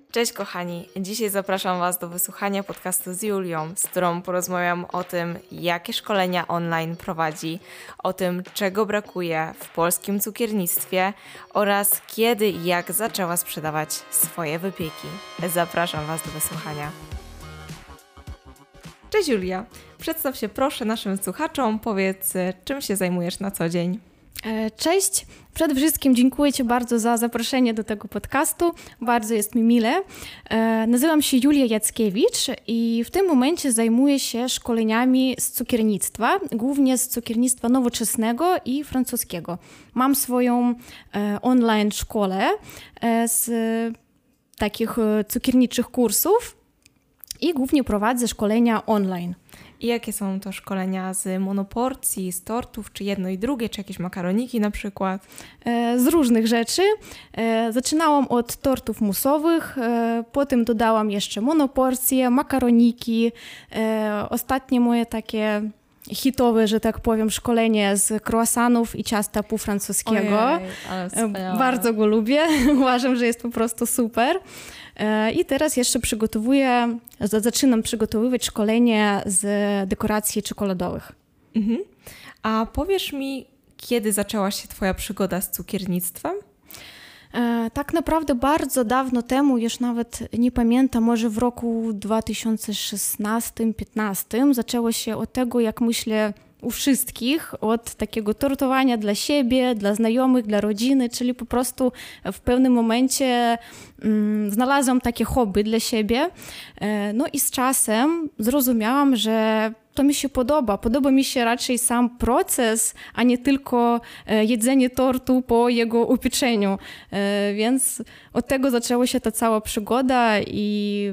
Cześć kochani, dzisiaj zapraszam Was do wysłuchania podcastu z Julią, z którą porozmawiam o tym, jakie szkolenia online prowadzi, o tym, czego brakuje w polskim cukiernictwie oraz kiedy i jak zaczęła sprzedawać swoje wypieki. Zapraszam Was do wysłuchania. Cześć Julia, przedstaw się proszę naszym słuchaczom, powiedz, czym się zajmujesz na co dzień. Cześć. Przede wszystkim dziękuję Ci bardzo za zaproszenie do tego podcastu. Bardzo jest mi mile. Nazywam się Julia Jackiewicz i w tym momencie zajmuję się szkoleniami z cukiernictwa, głównie z cukiernictwa nowoczesnego i francuskiego. Mam swoją online szkołę z takich cukierniczych kursów i głównie prowadzę szkolenia online. I jakie są to szkolenia z monoporcji, z tortów, czy jedno i drugie, czy jakieś makaroniki na przykład? Z różnych rzeczy. Zaczynałam od tortów musowych, potem dodałam jeszcze monoporcje, makaroniki. Ostatnie moje takie hitowe, że tak powiem, szkolenie z croissantów i ciasta półfrancuskiego. Ojej, ale wspaniałe. Bardzo go lubię. Uważam, że jest po prostu super. I teraz jeszcze zaczynam przygotowywać szkolenie z dekoracji czekoladowych. Mhm. A powiesz mi, kiedy zaczęła się Twoja przygoda z cukiernictwem? Tak naprawdę bardzo dawno temu, już nawet nie pamiętam, może w roku 2016-15 zaczęło się od tego, jak myślę, u wszystkich, od takiego tortowania dla siebie, dla znajomych, dla rodziny, czyli po prostu w pewnym momencie znalazłam takie hobby dla siebie. No i z czasem zrozumiałam, że to mi się podoba. Podoba mi się raczej sam proces, a nie tylko jedzenie tortu po jego upieczeniu. Więc od tego zaczęła się ta cała przygoda i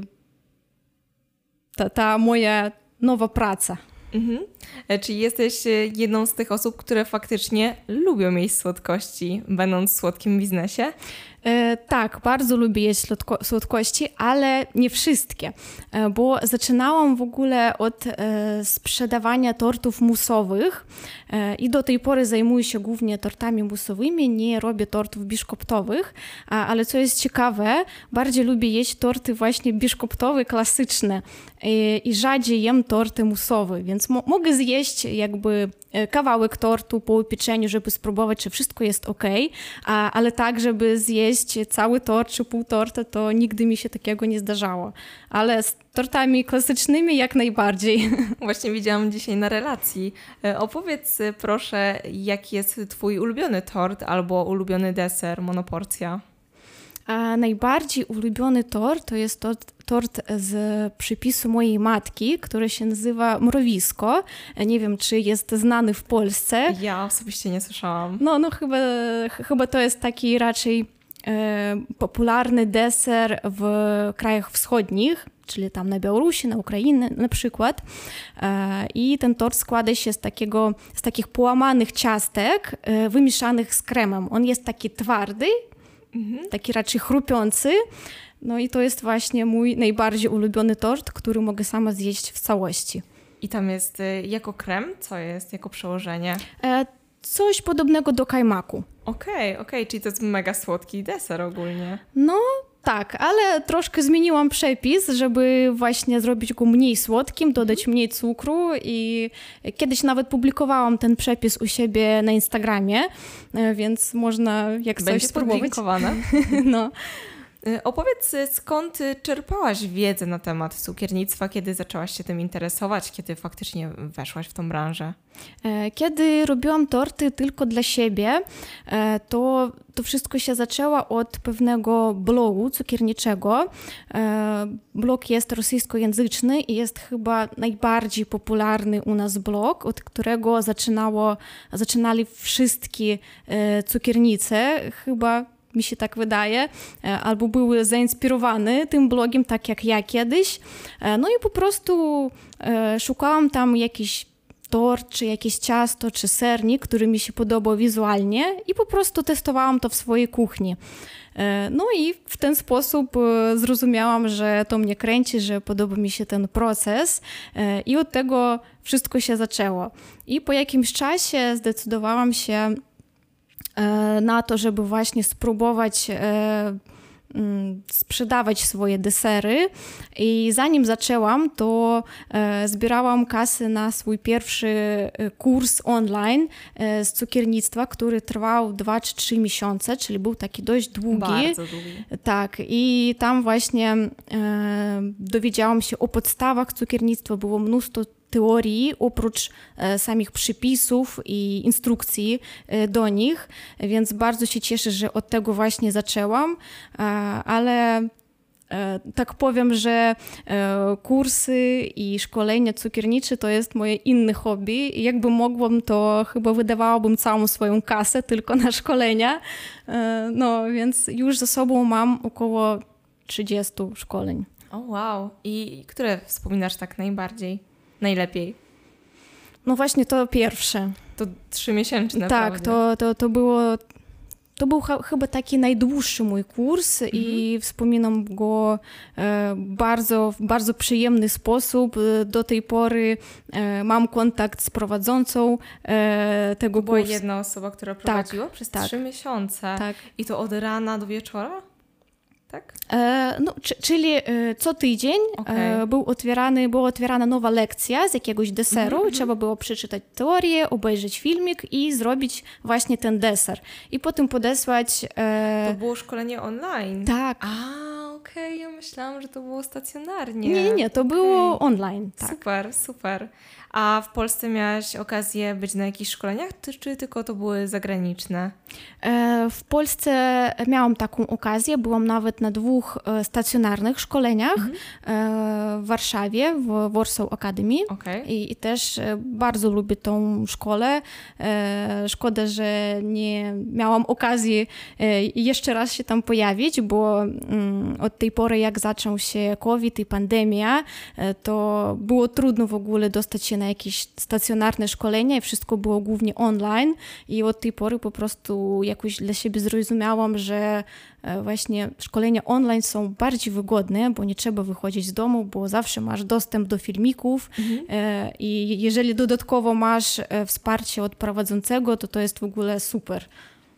ta moja nowa praca. Mhm. Czyli jesteś jedną z tych osób, które faktycznie lubią jeść słodkości, będąc w słodkim biznesie? Tak, bardzo lubię jeść słodkości, ale nie wszystkie, bo zaczynałam w ogóle od sprzedawania tortów musowych i do tej pory zajmuję się głównie tortami musowymi, nie robię tortów biszkoptowych, ale co jest ciekawe, bardziej lubię jeść torty właśnie biszkoptowe, klasyczne i rzadziej jem torty musowe, więc mogę zjeść jakby kawałek tortu po upieczeniu, żeby spróbować, czy wszystko jest ok, ale tak, żeby zjeść cały tort czy pół torta, to nigdy mi się takiego nie zdarzało. Ale z tortami klasycznymi jak najbardziej. Właśnie widziałam dzisiaj na relacji. Opowiedz proszę, jaki jest Twój ulubiony tort albo ulubiony deser, monoporcja? A najbardziej ulubiony tort to jest tort z przepisu mojej matki, który się nazywa mrowisko. Nie wiem, czy jest znany w Polsce. Ja osobiście nie słyszałam. No chyba to jest taki raczej popularny deser w krajach wschodnich, czyli tam na Białorusi, na Ukrainie na przykład. I ten tort składa się z takich połamanych ciastek wymieszanych z kremem. On jest taki twardy, taki raczej chrupiący. No i to jest właśnie mój najbardziej ulubiony tort, który mogę sama zjeść w całości. I tam jest jako krem? Co jest jako przełożenie? Coś podobnego do kajmaku. Okej, czyli to jest mega słodki deser ogólnie. No tak, ale troszkę zmieniłam przepis, żeby właśnie zrobić go mniej słodkim, dodać mniej cukru i kiedyś nawet publikowałam ten przepis u siebie na Instagramie, więc można jak coś spróbować. Będzie podlinkowane. No. Opowiedz, skąd czerpałaś wiedzę na temat cukiernictwa, kiedy zaczęłaś się tym interesować, kiedy faktycznie weszłaś w tą branżę? Kiedy robiłam torty tylko dla siebie, to wszystko się zaczęło od pewnego blogu cukierniczego. Blog jest rosyjskojęzyczny i jest chyba najbardziej popularny u nas blog, od którego zaczynali wszystkie cukiernice, chyba mi się tak wydaje, albo były zainspirowane tym blogiem, tak jak ja kiedyś. No i po prostu szukałam tam jakiś tort, czy jakieś ciasto, czy sernik, który mi się podobał wizualnie i po prostu testowałam to w swojej kuchni. No i w ten sposób zrozumiałam, że to mnie kręci, że podoba mi się ten proces i od tego wszystko się zaczęło. I po jakimś czasie zdecydowałam się na to, żeby właśnie spróbować sprzedawać swoje desery i zanim zaczęłam, to zbierałam kasy na swój pierwszy kurs online z cukiernictwa, który trwał 2 czy 3 miesiące, czyli był taki dość długi. Bardzo długi. Tak, i tam właśnie dowiedziałam się o podstawach cukiernictwa, było mnóstwo teorii, oprócz samych przepisów i instrukcji do nich, więc bardzo się cieszę, że od tego właśnie zaczęłam, ale tak powiem, że kursy i szkolenia cukiernicze to jest moje inne hobby i jakby mogłam, to chyba wydawałabym całą swoją kasę tylko na szkolenia, no więc już za sobą mam około 30 szkoleń. O wow! I które wspominasz tak najlepiej? No właśnie to pierwsze. To 3-miesięczne, tak, to był chyba taki najdłuższy mój kurs i wspominam go w bardzo przyjemny sposób. Do tej pory mam kontakt z prowadzącą tego kursu. Była jedna osoba, która prowadziła przez 3 miesiące. Tak. I to od rana do wieczora? Tak? No, czyli co tydzień była otwierana nowa lekcja z jakiegoś deseru i trzeba było przeczytać teorię, obejrzeć filmik i zrobić właśnie ten deser. I potem podesłać... To było szkolenie online? Tak. Okej, ja myślałam, że to było stacjonarnie. Nie, to było online. Tak. Super. A w Polsce miałaś okazję być na jakichś szkoleniach, czy tylko to były zagraniczne? W Polsce miałam taką okazję, byłam nawet na 2 stacjonarnych szkoleniach w Warszawie, w Warsaw Academy. I też bardzo lubię tą szkołę. Szkoda, że nie miałam okazji jeszcze raz się tam pojawić, bo od tej pory, jak zaczął się COVID i pandemia, to było trudno w ogóle dostać się na jakieś stacjonarne szkolenia i wszystko było głównie online i od tej pory po prostu jakoś dla siebie zrozumiałam, że właśnie szkolenia online są bardziej wygodne, bo nie trzeba wychodzić z domu, bo zawsze masz dostęp do filmików i jeżeli dodatkowo masz wsparcie od prowadzącego, to jest w ogóle super.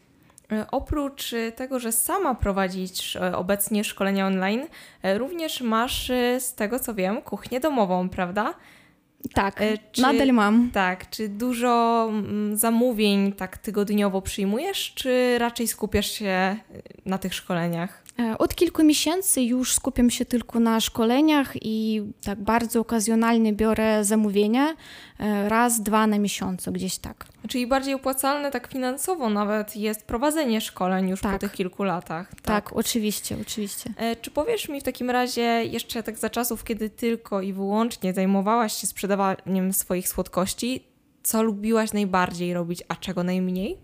Oprócz tego, że sama prowadzisz obecnie szkolenia online, również masz, z tego co wiem, kuchnię domową, prawda? Tak, nadal mam. Tak, czy dużo zamówień tak tygodniowo przyjmujesz, czy raczej skupiasz się na tych szkoleniach? Od kilku miesięcy już skupiam się tylko na szkoleniach i tak bardzo okazjonalnie biorę zamówienia, raz, 2 na miesiącu, gdzieś tak. Czyli bardziej opłacalne tak finansowo nawet jest prowadzenie szkoleń już po tych kilku latach. Tak, oczywiście. Czy powiesz mi w takim razie jeszcze tak za czasów, kiedy tylko i wyłącznie zajmowałaś się sprzedawaniem swoich słodkości, co lubiłaś najbardziej robić, a czego najmniej?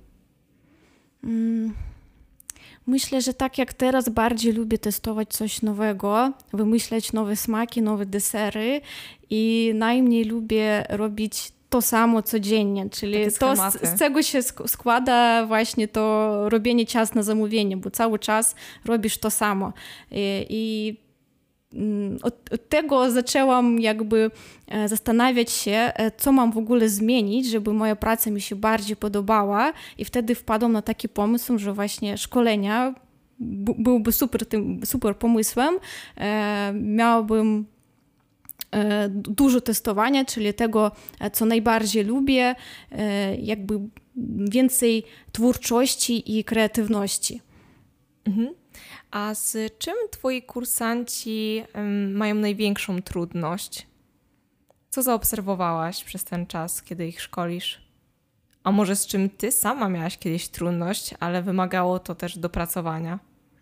Myślę, że tak jak teraz bardziej lubię testować coś nowego, wymyślać nowe smaki, nowe desery i najmniej lubię robić to samo codziennie, czyli to z czego się składa właśnie to robienie ciast na zamówienie, bo cały czas robisz to samo. I od tego zaczęłam jakby zastanawiać się, co mam w ogóle zmienić, żeby moja praca mi się bardziej podobała i wtedy wpadłam na taki pomysł, że właśnie szkolenia byłby super pomysłem. Miałabym dużo testowania, czyli tego, co najbardziej lubię, jakby więcej twórczości i kreatywności. A z czym twoi kursanci mają największą trudność? Co zaobserwowałaś przez ten czas, kiedy ich szkolisz? A może z czym ty sama miałaś kiedyś trudność, ale wymagało to też dopracowania?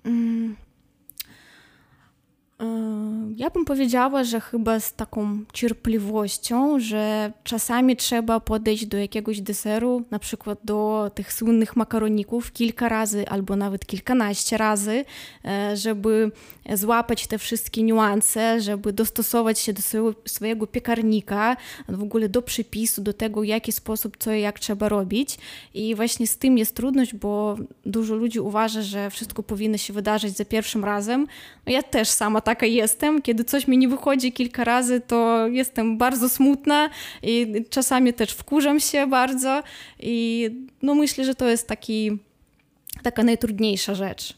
Ja bym powiedziała, że chyba z taką cierpliwością, że czasami trzeba podejść do jakiegoś deseru, na przykład do tych słynnych makaroników kilka razy albo nawet kilkanaście razy, żeby złapać te wszystkie niuanse, żeby dostosować się do swojego piekarnika, w ogóle do przepisu, do tego, w jaki sposób, co i jak trzeba robić. I właśnie z tym jest trudność, bo dużo ludzi uważa, że wszystko powinno się wydarzyć za pierwszym razem. No ja też sama taka jestem. Kiedy coś mi nie wychodzi kilka razy, to jestem bardzo smutna i czasami też wkurzam się bardzo i no myślę, że to jest taka najtrudniejsza rzecz.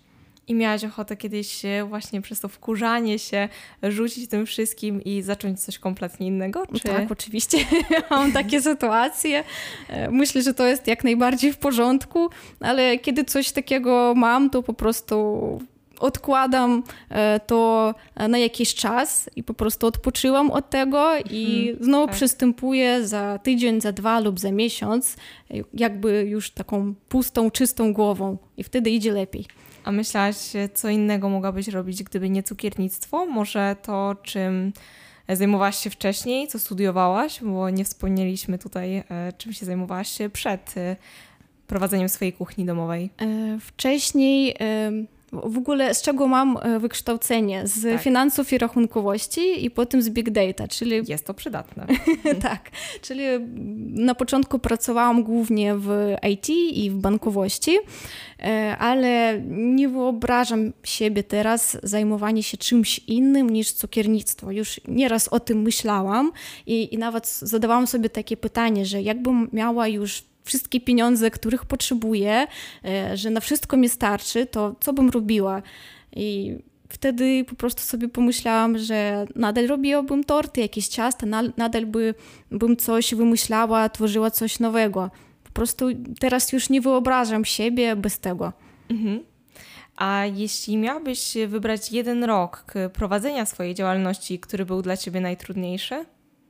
I miałaś ochotę kiedyś właśnie przez to wkurzanie się rzucić tym wszystkim i zacząć coś kompletnie innego? Czy... Tak, oczywiście. Mam takie sytuacje. Myślę, że to jest jak najbardziej w porządku, ale kiedy coś takiego mam, to po prostu odkładam to na jakiś czas i po prostu odpoczywam od tego i znowu przystępuję za tydzień, za 2 lub za miesiąc, jakby już taką pustą, czystą głową i wtedy idzie lepiej. A myślałaś, co innego mogłabyś robić, gdyby nie cukiernictwo? Może to, czym zajmowałaś się wcześniej, co studiowałaś? Bo nie wspomnieliśmy tutaj, czym się zajmowałaś przed prowadzeniem swojej kuchni domowej. Wcześniej... W ogóle z czego mam wykształcenie? Z finansów i rachunkowości i potem z big data, czyli... Jest to przydatne. Tak, czyli na początku pracowałam głównie w IT i w bankowości, ale nie wyobrażam siebie teraz zajmowanie się czymś innym niż cukiernictwo. Już nieraz o tym myślałam i nawet zadawałam sobie takie pytanie, że jakbym miała już wszystkie pieniądze, których potrzebuję, że na wszystko mi starczy, to co bym robiła? I wtedy po prostu sobie pomyślałam, że nadal robiłabym torty, jakieś ciasta, nadal bym coś wymyślała, tworzyła coś nowego. Po prostu teraz już nie wyobrażam siebie bez tego. A jeśli miałabyś wybrać jeden rok prowadzenia swojej działalności, który był dla ciebie najtrudniejszy?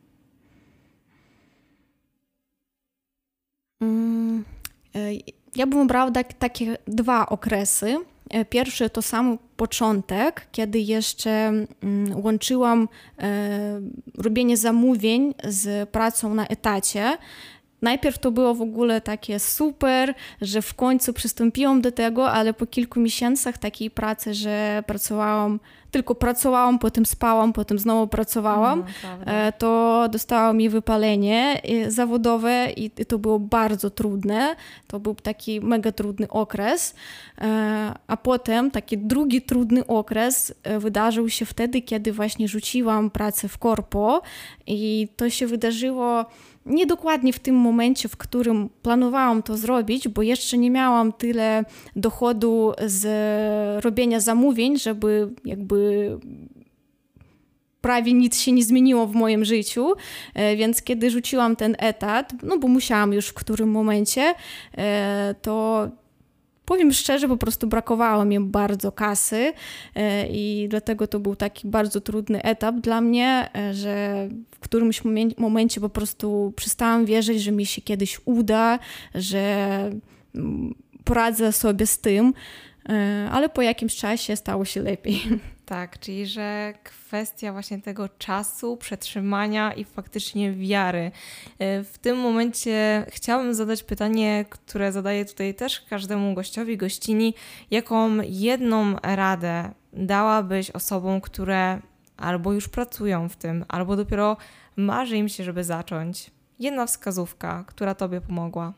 Ja bym wybrała takie 2 okresy. Pierwszy to sam początek, kiedy jeszcze łączyłam robienie zamówień z pracą na etacie. Najpierw to było w ogóle takie super, że w końcu przystąpiłam do tego, ale po kilku miesiącach takiej pracy, że tylko pracowałam, potem spałam, potem znowu pracowałam, to dostałam mi wypalenie zawodowe i to było bardzo trudne. To był taki mega trudny okres. A potem taki drugi trudny okres wydarzył się wtedy, kiedy właśnie rzuciłam pracę w korpo i to się wydarzyło nie dokładnie w tym momencie, w którym planowałam to zrobić, bo jeszcze nie miałam tyle dochodu z robienia zamówień, żeby jakby prawie nic się nie zmieniło w moim życiu, więc kiedy rzuciłam ten etat, no bo musiałam już w którym momencie, to powiem szczerze, po prostu brakowało mi bardzo kasy i dlatego to był taki bardzo trudny etap dla mnie, że w którymś momencie po prostu przestałam wierzyć, że mi się kiedyś uda, że poradzę sobie z tym, ale po jakimś czasie stało się lepiej. Tak, czyli że kwestia właśnie tego czasu, przetrzymania i faktycznie wiary. W tym momencie chciałabym zadać pytanie, które zadaję tutaj też każdemu gościowi, gościni. Jaką jedną radę dałabyś osobom, które albo już pracują w tym, albo dopiero marzy im się, żeby zacząć? Jedna wskazówka, która tobie pomogła.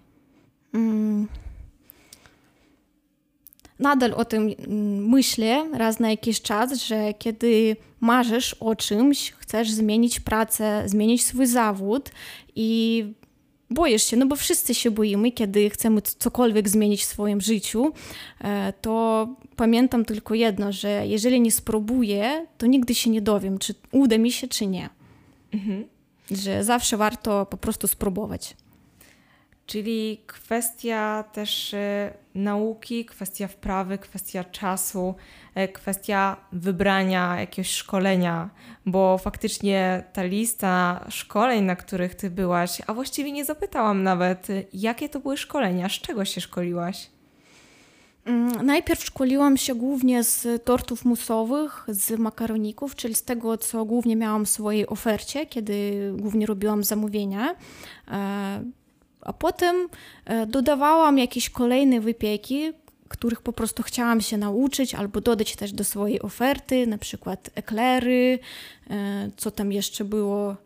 Nadal o tym myślę raz na jakiś czas, że kiedy marzysz o czymś, chcesz zmienić pracę, zmienić swój zawód i boisz się, no bo wszyscy się boimy, kiedy chcemy cokolwiek zmienić w swoim życiu, to pamiętam tylko jedno, że jeżeli nie spróbuję, to nigdy się nie dowiem, czy uda mi się, czy nie. Że zawsze warto po prostu spróbować. Czyli kwestia też nauki, kwestia wprawy, kwestia czasu, kwestia wybrania jakiegoś szkolenia, bo faktycznie ta lista szkoleń, na których ty byłaś, a właściwie nie zapytałam nawet, jakie to były szkolenia, z czego się szkoliłaś? Najpierw szkoliłam się głównie z tortów musowych, z makaroników, czyli z tego, co głównie miałam w swojej ofercie, kiedy głównie robiłam zamówienia. A potem dodawałam jakieś kolejne wypieki, których po prostu chciałam się nauczyć albo dodać też do swojej oferty, na przykład eklery, co tam jeszcze było,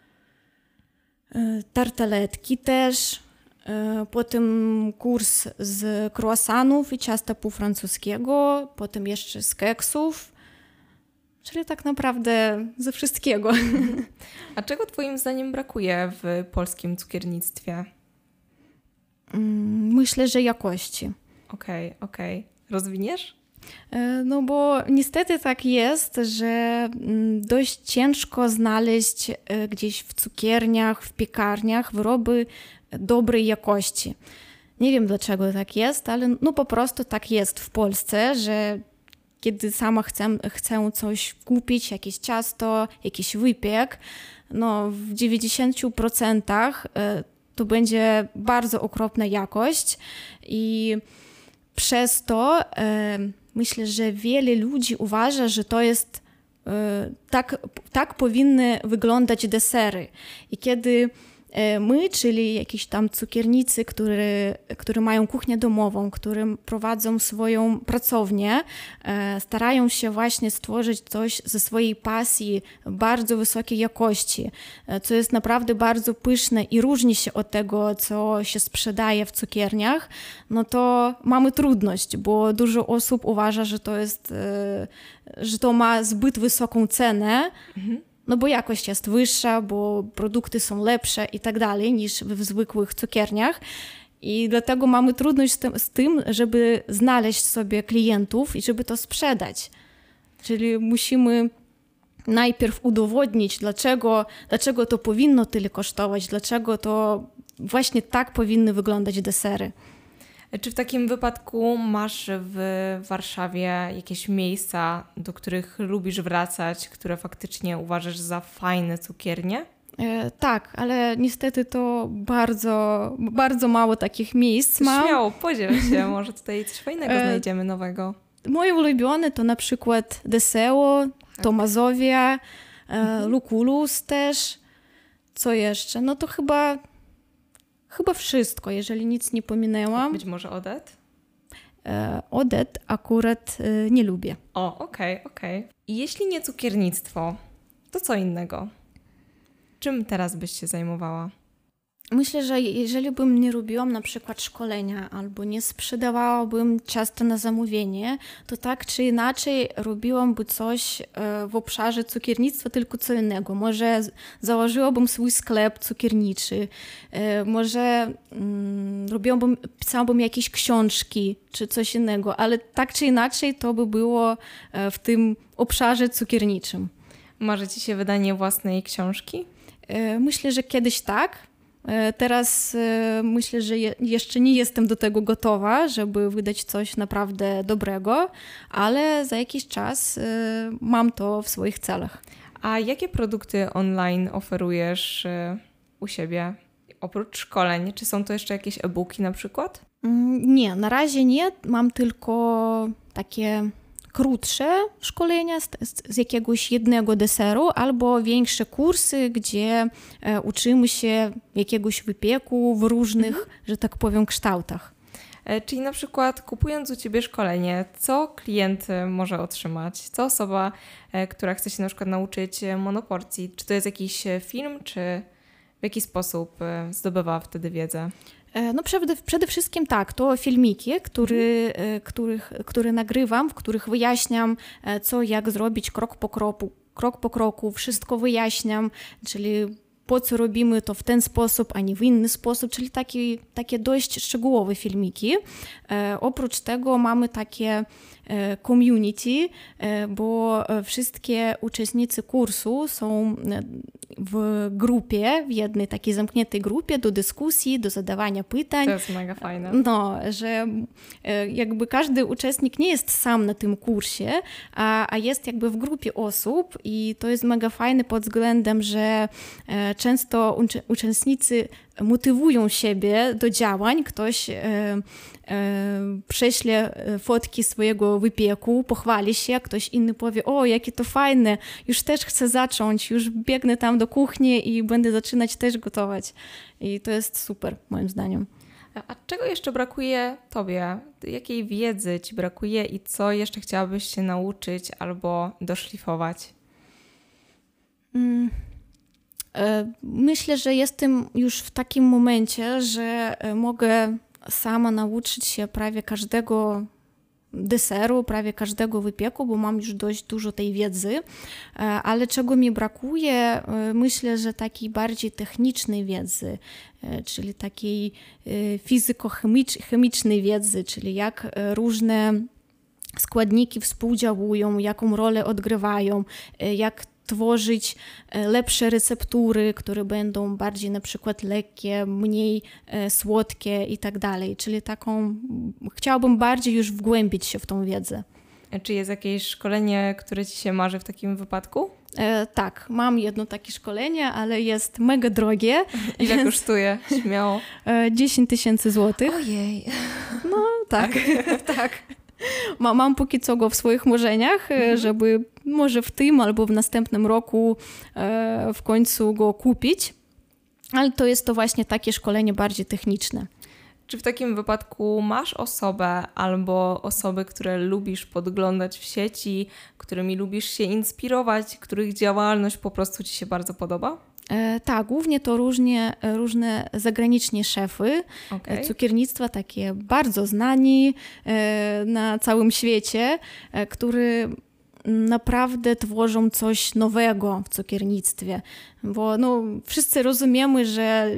tartaletki też, potem kurs z croissantów i ciasta półfrancuskiego, potem jeszcze z keksów, czyli tak naprawdę ze wszystkiego. A czego twoim zdaniem brakuje w polskim cukiernictwie? Myślę, że jakości. Okej. Rozwiniesz? No bo niestety tak jest, że dość ciężko znaleźć gdzieś w cukierniach, w piekarniach wyroby dobrej jakości. Nie wiem dlaczego tak jest, ale no po prostu tak jest w Polsce, że kiedy sama chcę coś kupić, jakieś ciasto, jakiś wypiek, no w 90% to będzie bardzo okropna jakość i przez to myślę, że wiele ludzi uważa, że to jest tak powinny wyglądać desery. I kiedy my, czyli jakieś tam cukiernicy, które mają kuchnię domową, które prowadzą swoją pracownię, starają się właśnie stworzyć coś ze swojej pasji bardzo wysokiej jakości, co jest naprawdę bardzo pyszne i różni się od tego, co się sprzedaje w cukierniach, no to mamy trudność, bo dużo osób uważa, że to ma zbyt wysoką cenę, no bo jakość jest wyższa, bo produkty są lepsze i tak dalej niż w zwykłych cukierniach. I dlatego mamy trudność z tym, żeby znaleźć sobie klientów i żeby to sprzedać. Czyli musimy najpierw udowodnić, dlaczego to powinno tyle kosztować, dlaczego to właśnie tak powinny wyglądać desery. Czy w takim wypadku masz w Warszawie jakieś miejsca, do których lubisz wracać, które faktycznie uważasz za fajne cukiernie? Tak, ale niestety to bardzo, bardzo mało takich miejsc mam. Śmiało, podziel się, może tutaj coś fajnego znajdziemy nowego. Moje ulubione to na przykład Deseo, Tomazowia, Lucullus też. Co jeszcze? No to chyba wszystko, jeżeli nic nie pominęłam. Być może Odet? Odet akurat nie lubię. O, okej. I jeśli nie cukiernictwo, to co innego? Czym teraz byś się zajmowała? Myślę, że jeżeli bym nie robiłam na przykład szkolenia albo nie sprzedawałabym ciasta na zamówienie, to tak czy inaczej robiłabym coś w obszarze cukiernictwa, tylko co innego. Może założyłabym swój sklep cukierniczy, może pisałabym jakieś książki czy coś innego, ale tak czy inaczej to by było w tym obszarze cukierniczym. Marzy ci się wydanie własnej książki? Myślę, że kiedyś tak. Teraz myślę, że jeszcze nie jestem do tego gotowa, żeby wydać coś naprawdę dobrego, ale za jakiś czas mam to w swoich celach. A jakie produkty online oferujesz u siebie oprócz szkoleń? Czy są to jeszcze jakieś e-booki na przykład? Nie, na razie nie. Mam tylko takie krótsze szkolenia z jakiegoś jednego deseru albo większe kursy, gdzie uczymy się jakiegoś wypieku w różnych, że tak powiem, kształtach. Czyli na przykład kupując u Ciebie szkolenie, co klient może otrzymać? Co osoba, która chce się na przykład nauczyć monoporcji? Czy to jest jakiś film, czy w jaki sposób zdobywa wtedy wiedzę? No przede wszystkim tak, to filmiki, które nagrywam, w których wyjaśniam, co, jak zrobić krok po kroku, wszystko wyjaśniam, czyli po co robimy to w ten sposób, a nie w inny sposób, czyli takie dość szczegółowe filmiki. Oprócz tego mamy takie community, bo wszystkie uczestnicy kursu są w grupie, w jednej takiej zamkniętej grupie do dyskusji, do zadawania pytań. To jest mega fajne. No, że jakby każdy uczestnik nie jest sam na tym kursie, a jest jakby w grupie osób i to jest mega fajne pod względem, że często uczestnicy motywują siebie do działań. Ktoś prześle fotki swojego wypieku, pochwali się, ktoś inny powie, o, jakie to fajne, już też chcę zacząć, już biegnę tam do kuchni i będę zaczynać też gotować. I to jest super, moim zdaniem. A czego jeszcze brakuje Tobie? Jakiej wiedzy Ci brakuje i co jeszcze chciałabyś się nauczyć albo doszlifować? Myślę, że jestem już w takim momencie, że mogę sama nauczyć się prawie każdego deseru, prawie każdego wypieku, bo mam już dość dużo tej wiedzy, ale czego mi brakuje, myślę, że takiej bardziej technicznej wiedzy, czyli takiej fizyko-chemicznej wiedzy, czyli jak różne składniki współdziałują, jaką rolę odgrywają, jak tworzyć lepsze receptury, które będą bardziej na przykład lekkie, mniej słodkie i tak dalej. Czyli chciałabym bardziej już wgłębić się w tą wiedzę. Czy jest jakieś szkolenie, które ci się marzy w takim wypadku? Tak, mam jedno takie szkolenie, ale jest mega drogie. Ile kosztuje? Śmiało. 10 000 złotych. Ojej. No tak, tak. Mam póki co go w swoich marzeniach, żeby może w tym albo w następnym roku w końcu go kupić, ale to jest to właśnie takie szkolenie bardziej techniczne. Czy w takim wypadku masz osobę albo osoby, które lubisz podglądać w sieci, którymi lubisz się inspirować, których działalność po prostu ci się bardzo podoba? Tak, głównie to różne zagraniczni szefy cukiernictwa, takie bardzo znani na całym świecie, którzy naprawdę tworzą coś nowego w cukiernictwie, bo wszyscy rozumiemy, że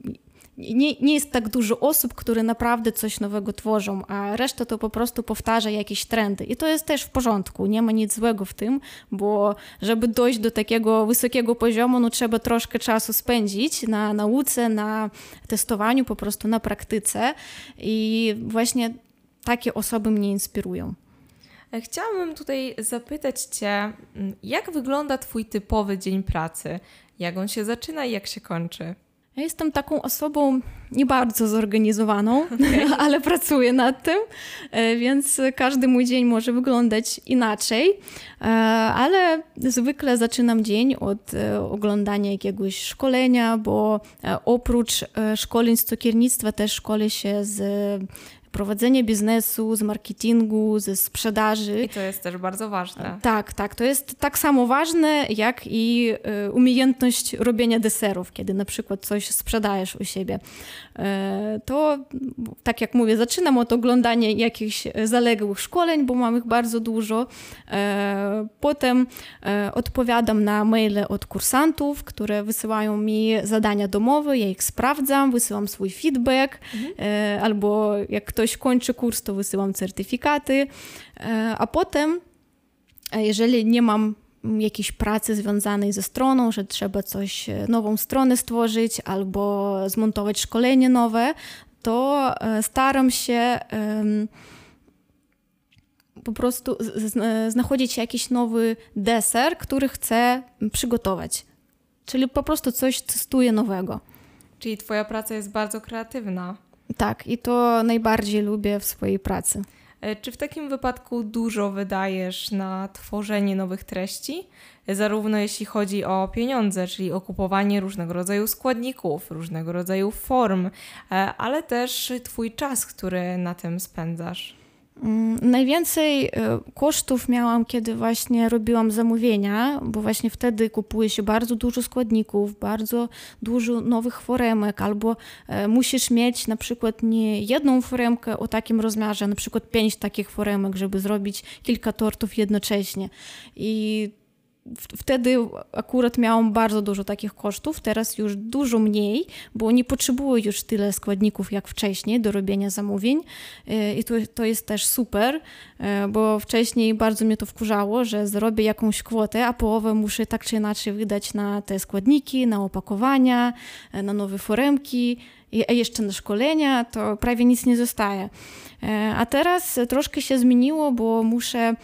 nie jest tak dużo osób, które naprawdę coś nowego tworzą, a reszta to po prostu powtarza jakieś trendy. I to jest też w porządku, nie ma nic złego w tym, bo żeby dojść do takiego wysokiego poziomu, trzeba troszkę czasu spędzić na nauce, na testowaniu, po prostu na praktyce i właśnie takie osoby mnie inspirują. Chciałabym tutaj zapytać Cię, jak wygląda Twój typowy dzień pracy? Jak on się zaczyna i jak się kończy? Ja jestem taką osobą nie bardzo zorganizowaną, ale pracuję nad tym, więc każdy mój dzień może wyglądać inaczej, ale zwykle zaczynam dzień od oglądania jakiegoś szkolenia, bo oprócz szkoleń z cukiernictwa też szkolę się z prowadzenia biznesu, z marketingu, ze sprzedaży. I to jest też bardzo ważne. Tak. To jest tak samo ważne, jak i umiejętność robienia deserów, kiedy na przykład coś sprzedajesz u siebie. To, tak jak mówię, zaczynam od oglądania jakichś zaległych szkoleń, bo mam ich bardzo dużo. Potem odpowiadam na maile od kursantów, które wysyłają mi zadania domowe, ja ich sprawdzam, wysyłam swój feedback, albo jak ktoś kończy kurs, to wysyłam certyfikaty, a potem, jeżeli nie mam jakiejś pracy związanej ze stroną, że trzeba nową stronę stworzyć albo zmontować szkolenie nowe, to staram się po prostu znachodzić jakiś nowy deser, który chcę przygotować. Czyli po prostu coś testuję nowego. Czyli twoja praca jest bardzo kreatywna. Tak, i to najbardziej lubię w swojej pracy. Czy w takim wypadku dużo wydajesz na tworzenie nowych treści? Zarówno jeśli chodzi o pieniądze, czyli o kupowanie różnego rodzaju składników, różnego rodzaju form, ale też twój czas, który na tym spędzasz. Najwięcej kosztów miałam, kiedy właśnie robiłam zamówienia, bo właśnie wtedy kupuje się bardzo dużo składników, bardzo dużo nowych foremek, albo musisz mieć na przykład nie jedną foremkę o takim rozmiarze, na przykład 5 takich foremek, żeby zrobić kilka tortów jednocześnie. I wtedy akurat miałam bardzo dużo takich kosztów, teraz już dużo mniej, bo nie potrzebuję już tyle składników jak wcześniej do robienia zamówień i to jest też super, bo wcześniej bardzo mnie to wkurzało, że zrobię jakąś kwotę, a połowę muszę tak czy inaczej wydać na te składniki, na opakowania, na nowe foremki, a jeszcze na szkolenia, to prawie nic nie zostaje. A teraz troszkę się zmieniło, bo muszę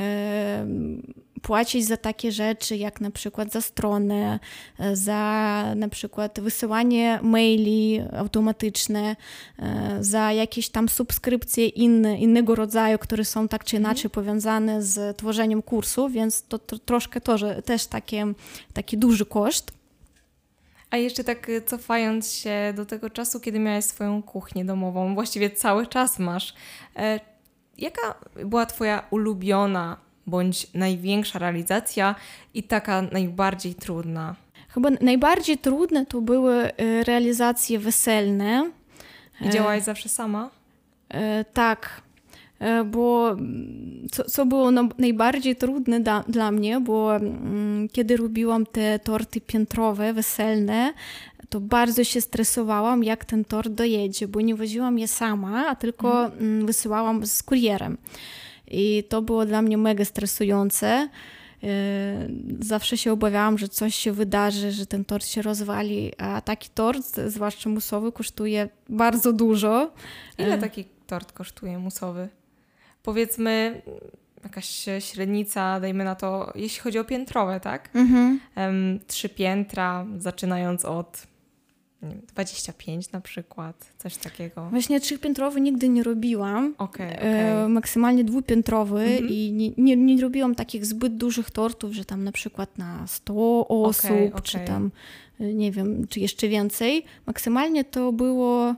płacić za takie rzeczy, jak na przykład za stronę, za na przykład wysyłanie maili automatyczne, za jakieś tam subskrypcje innego rodzaju, które są tak czy inaczej powiązane z tworzeniem kursu, więc to troszkę też taki duży koszt. A jeszcze tak cofając się do tego czasu, kiedy miałaś swoją kuchnię domową, właściwie cały czas masz, jaka była twoja ulubiona bądź największa realizacja i taka najbardziej trudna? Chyba najbardziej trudne to były realizacje weselne. I działałaś zawsze sama? Tak, bo co było najbardziej trudne dla mnie, bo kiedy robiłam te torty piętrowe, weselne, to bardzo się stresowałam, jak ten tort dojedzie, bo nie woziłam je sama, a tylko wysyłałam z kurierem. i to było dla mnie mega stresujące. Zawsze się obawiałam, że coś się wydarzy, że ten tort się rozwali, a taki tort, zwłaszcza musowy, kosztuje bardzo dużo. Ile taki tort kosztuje musowy? Powiedzmy jakaś średnica, dajmy na to, jeśli chodzi o piętrowe, tak? 3 piętra, zaczynając od nie wiem, 25 na przykład, coś takiego. Właśnie 3-piętrowy nigdy nie robiłam. Okay. Maksymalnie 2-piętrowy i nie robiłam takich zbyt dużych tortów, że tam na przykład na 100 osób, czy tam nie wiem, czy jeszcze więcej. Maksymalnie to było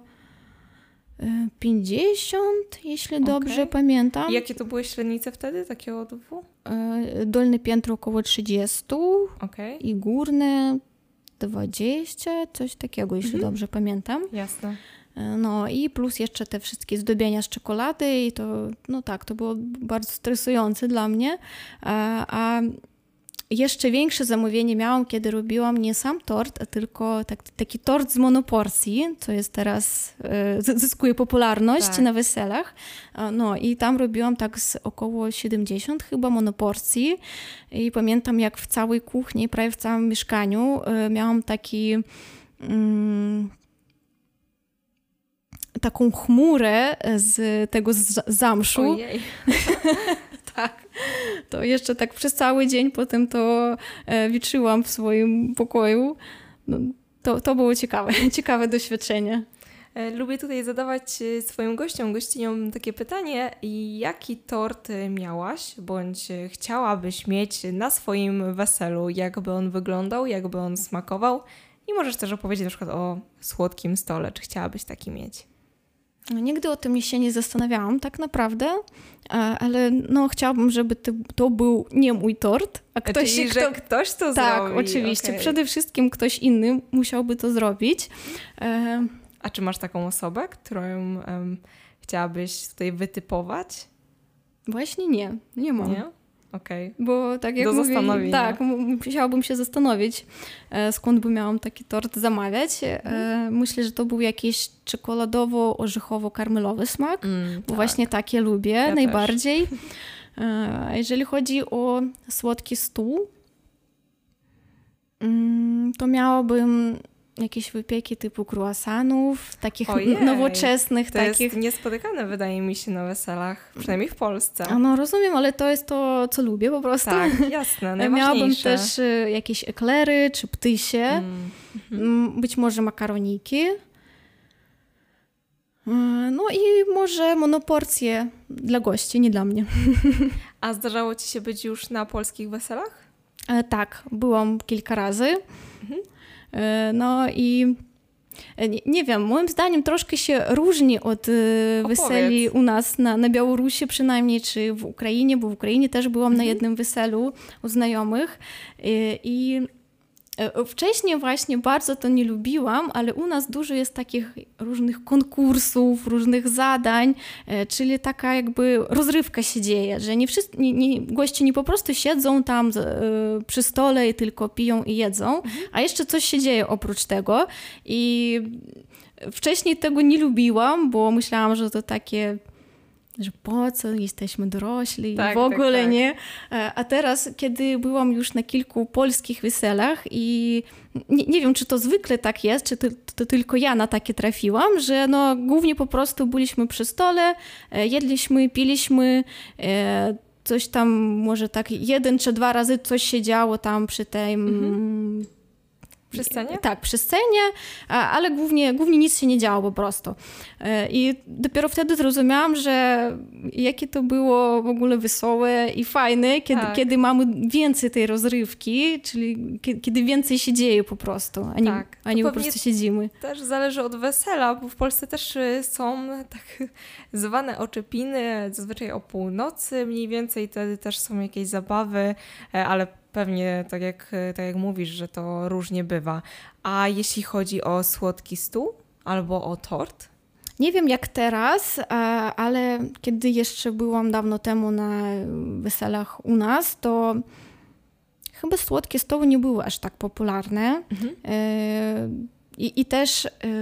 50, jeśli dobrze pamiętam. I jakie to były średnice wtedy, takiego odwu? Dolne piętro około 30 i górne 20, coś takiego, jeśli dobrze pamiętam. Jasne. No i plus jeszcze te wszystkie zdobienia z czekolady i to, no tak, to było bardzo stresujące dla mnie. A jeszcze większe zamówienie miałam, kiedy robiłam nie sam tort, a tylko taki tort z monoporcji, co jest teraz, zyskuje popularność na weselach. No i tam robiłam tak z około 70 chyba monoporcji i pamiętam, jak w całej kuchni, prawie w całym mieszkaniu miałam taką chmurę z tego zamszu. Ojej. Tak. To jeszcze tak przez cały dzień potem to wietrzyłam w swoim pokoju. No, to było ciekawe doświadczenie. Lubię tutaj zadawać swoim gościniom takie pytanie, jaki tort miałaś, bądź chciałabyś mieć na swoim weselu, jakby on wyglądał, jakby on smakował i możesz też opowiedzieć na przykład o słodkim stole, czy chciałabyś taki mieć? Nigdy o tym się nie zastanawiałam tak naprawdę, ale no chciałabym, żeby to był nie mój tort, a ktoś... Czyli, że ktoś to tak, zrobi. Tak, oczywiście. Przede wszystkim ktoś inny musiałby to zrobić. A czy masz taką osobę, którą chciałabyś tutaj wytypować? Właśnie nie mam. Nie? Okej. Bo tak jak mówię, tak, musiałabym się zastanowić, skąd by miałam taki tort zamawiać. Myślę, że to był jakiś czekoladowo-orzechowo-karmelowy smak, bo tak. właśnie takie lubię najbardziej. A jeżeli chodzi o słodki stół, to miałabym jakieś wypieki typu croissantów, takich nowoczesnych. To jest niespotykane, wydaje mi się, na weselach, przynajmniej w Polsce. No rozumiem, ale to jest to, co lubię po prostu. Tak, jasne, najważniejsze. Miałabym też jakieś eklery czy ptysie, być może makaroniki. No i może monoporcje dla gości, nie dla mnie. A zdarzało ci się być już na polskich weselach? Tak, byłam kilka razy. No i nie wiem, moim zdaniem troszkę się różni od weseli u nas na Białorusi przynajmniej, czy w Ukrainie, bo w Ukrainie też byłam na jednym weselu u znajomych i wcześniej właśnie bardzo to nie lubiłam, ale u nas dużo jest takich różnych konkursów, różnych zadań, czyli taka jakby rozrywka się dzieje, że goście nie po prostu siedzą tam przy stole i tylko piją i jedzą, a jeszcze coś się dzieje oprócz tego i wcześniej tego nie lubiłam, bo myślałam, że to takie... że po co, jesteśmy dorośli i w ogóle nie. A teraz, kiedy byłam już na kilku polskich weselach i nie wiem, czy to zwykle tak jest, czy to tylko ja na takie trafiłam, że no głównie po prostu byliśmy przy stole, jedliśmy, piliśmy, coś tam może tak 1 czy 2 razy coś się działo tam przy tym... Przy scenie? Tak, przy scenie, ale głównie nic się nie działo po prostu. I dopiero wtedy zrozumiałam, że jakie to było w ogóle wesołe i fajne, kiedy mamy więcej tej rozrywki, czyli kiedy więcej się dzieje po prostu, a nie po prostu siedzimy. Też zależy od wesela, bo w Polsce też są tak zwane oczepiny, zazwyczaj o północy mniej więcej, wtedy też są jakieś zabawy, ale pewnie tak jak mówisz, że to różnie bywa. A jeśli chodzi o słodki stół albo o tort? Nie wiem jak teraz, ale kiedy jeszcze byłam dawno temu na weselach u nas, to chyba słodkie stoły nie były aż tak popularne. I też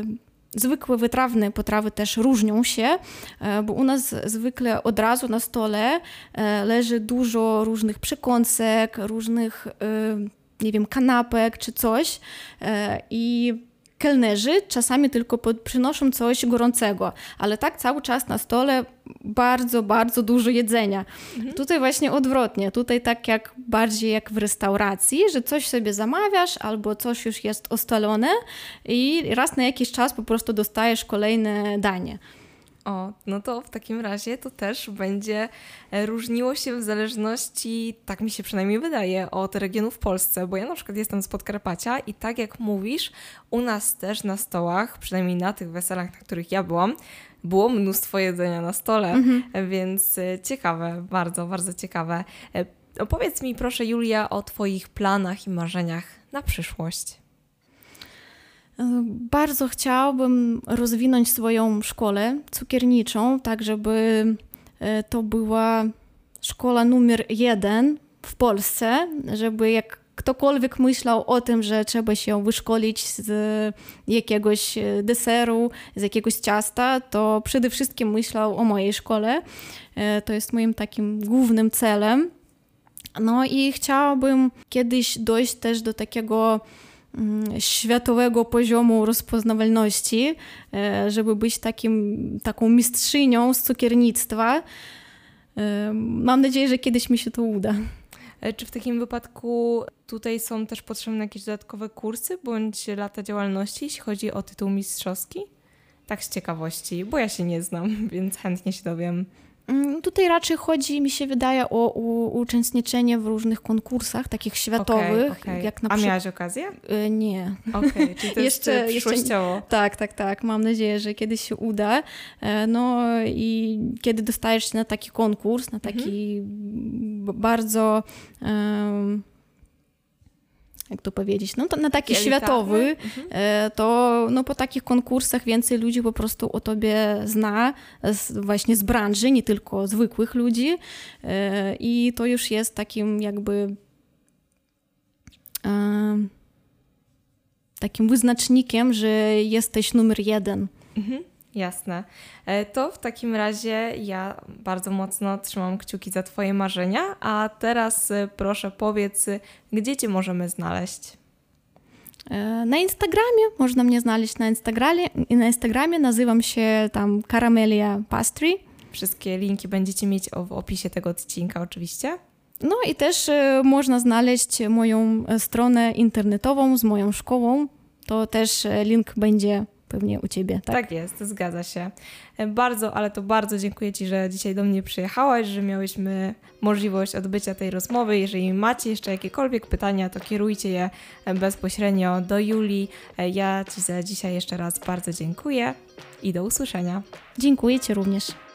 zwykłe wytrawne potrawy też różnią się, bo u nas zwykle od razu na stole leży dużo różnych przekąsek, różnych, nie wiem, kanapek czy coś i kelnerzy czasami tylko przynoszą coś gorącego, ale tak cały czas na stole bardzo, bardzo dużo jedzenia. Tutaj właśnie odwrotnie, tutaj tak jak bardziej jak w restauracji, że coś sobie zamawiasz albo coś już jest ustalone i raz na jakiś czas po prostu dostajesz kolejne danie. O, no to w takim razie to też będzie różniło się w zależności, tak mi się przynajmniej wydaje, od regionu w Polsce, bo ja na przykład jestem z Podkarpacia i tak jak mówisz, u nas też na stołach, przynajmniej na tych weselach, na których ja byłam, było mnóstwo jedzenia na stole, więc ciekawe, bardzo, bardzo ciekawe. Opowiedz mi proszę, Julia, o Twoich planach i marzeniach na przyszłość. Bardzo chciałabym rozwinąć swoją szkołę cukierniczą, tak żeby to była szkoła numer 1 w Polsce, żeby jak ktokolwiek myślał o tym, że trzeba się wyszkolić z jakiegoś deseru, z jakiegoś ciasta, to przede wszystkim myślał o mojej szkole. To jest moim takim głównym celem. No i chciałabym kiedyś dojść też do takiego światowego poziomu rozpoznawalności, żeby być taką mistrzynią z cukiernictwa. Mam nadzieję, że kiedyś mi się to uda. Czy w takim wypadku tutaj są też potrzebne jakieś dodatkowe kursy bądź lata działalności, jeśli chodzi o tytuł mistrzowski? Tak z ciekawości, bo ja się nie znam, więc chętnie się dowiem. Tutaj raczej chodzi, mi się wydaje, o uczestniczenie w różnych konkursach takich światowych. Okay. Jak na A miałaś okazję? Nie. Okej, czyli to jest przyszłościowo. Tak. Mam nadzieję, że kiedyś się uda. No i kiedy dostajesz się na taki konkurs, na taki bardzo... jak to powiedzieć, no to na taki światowy, to no, po takich konkursach więcej ludzi po prostu o tobie zna, właśnie z branży, nie tylko zwykłych ludzi i to już jest takim jakby takim wyznacznikiem, że jesteś numer 1. Jasne. To w takim razie ja bardzo mocno trzymam kciuki za Twoje marzenia, a teraz proszę powiedz, gdzie Cię możemy znaleźć? Na Instagramie, można mnie znaleźć na Instagramie, nazywam się tam Caramelia Pastry. Wszystkie linki będziecie mieć w opisie tego odcinka oczywiście. No i też można znaleźć moją stronę internetową z moją szkołą, to też link będzie pewnie u Ciebie, tak? Tak jest, zgadza się. Bardzo, ale to bardzo dziękuję Ci, że dzisiaj do mnie przyjechałaś, że miałyśmy możliwość odbycia tej rozmowy. Jeżeli macie jeszcze jakiekolwiek pytania, to kierujcie je bezpośrednio do Julii. Ja Ci za dzisiaj jeszcze raz bardzo dziękuję i do usłyszenia. Dziękuję Ci również.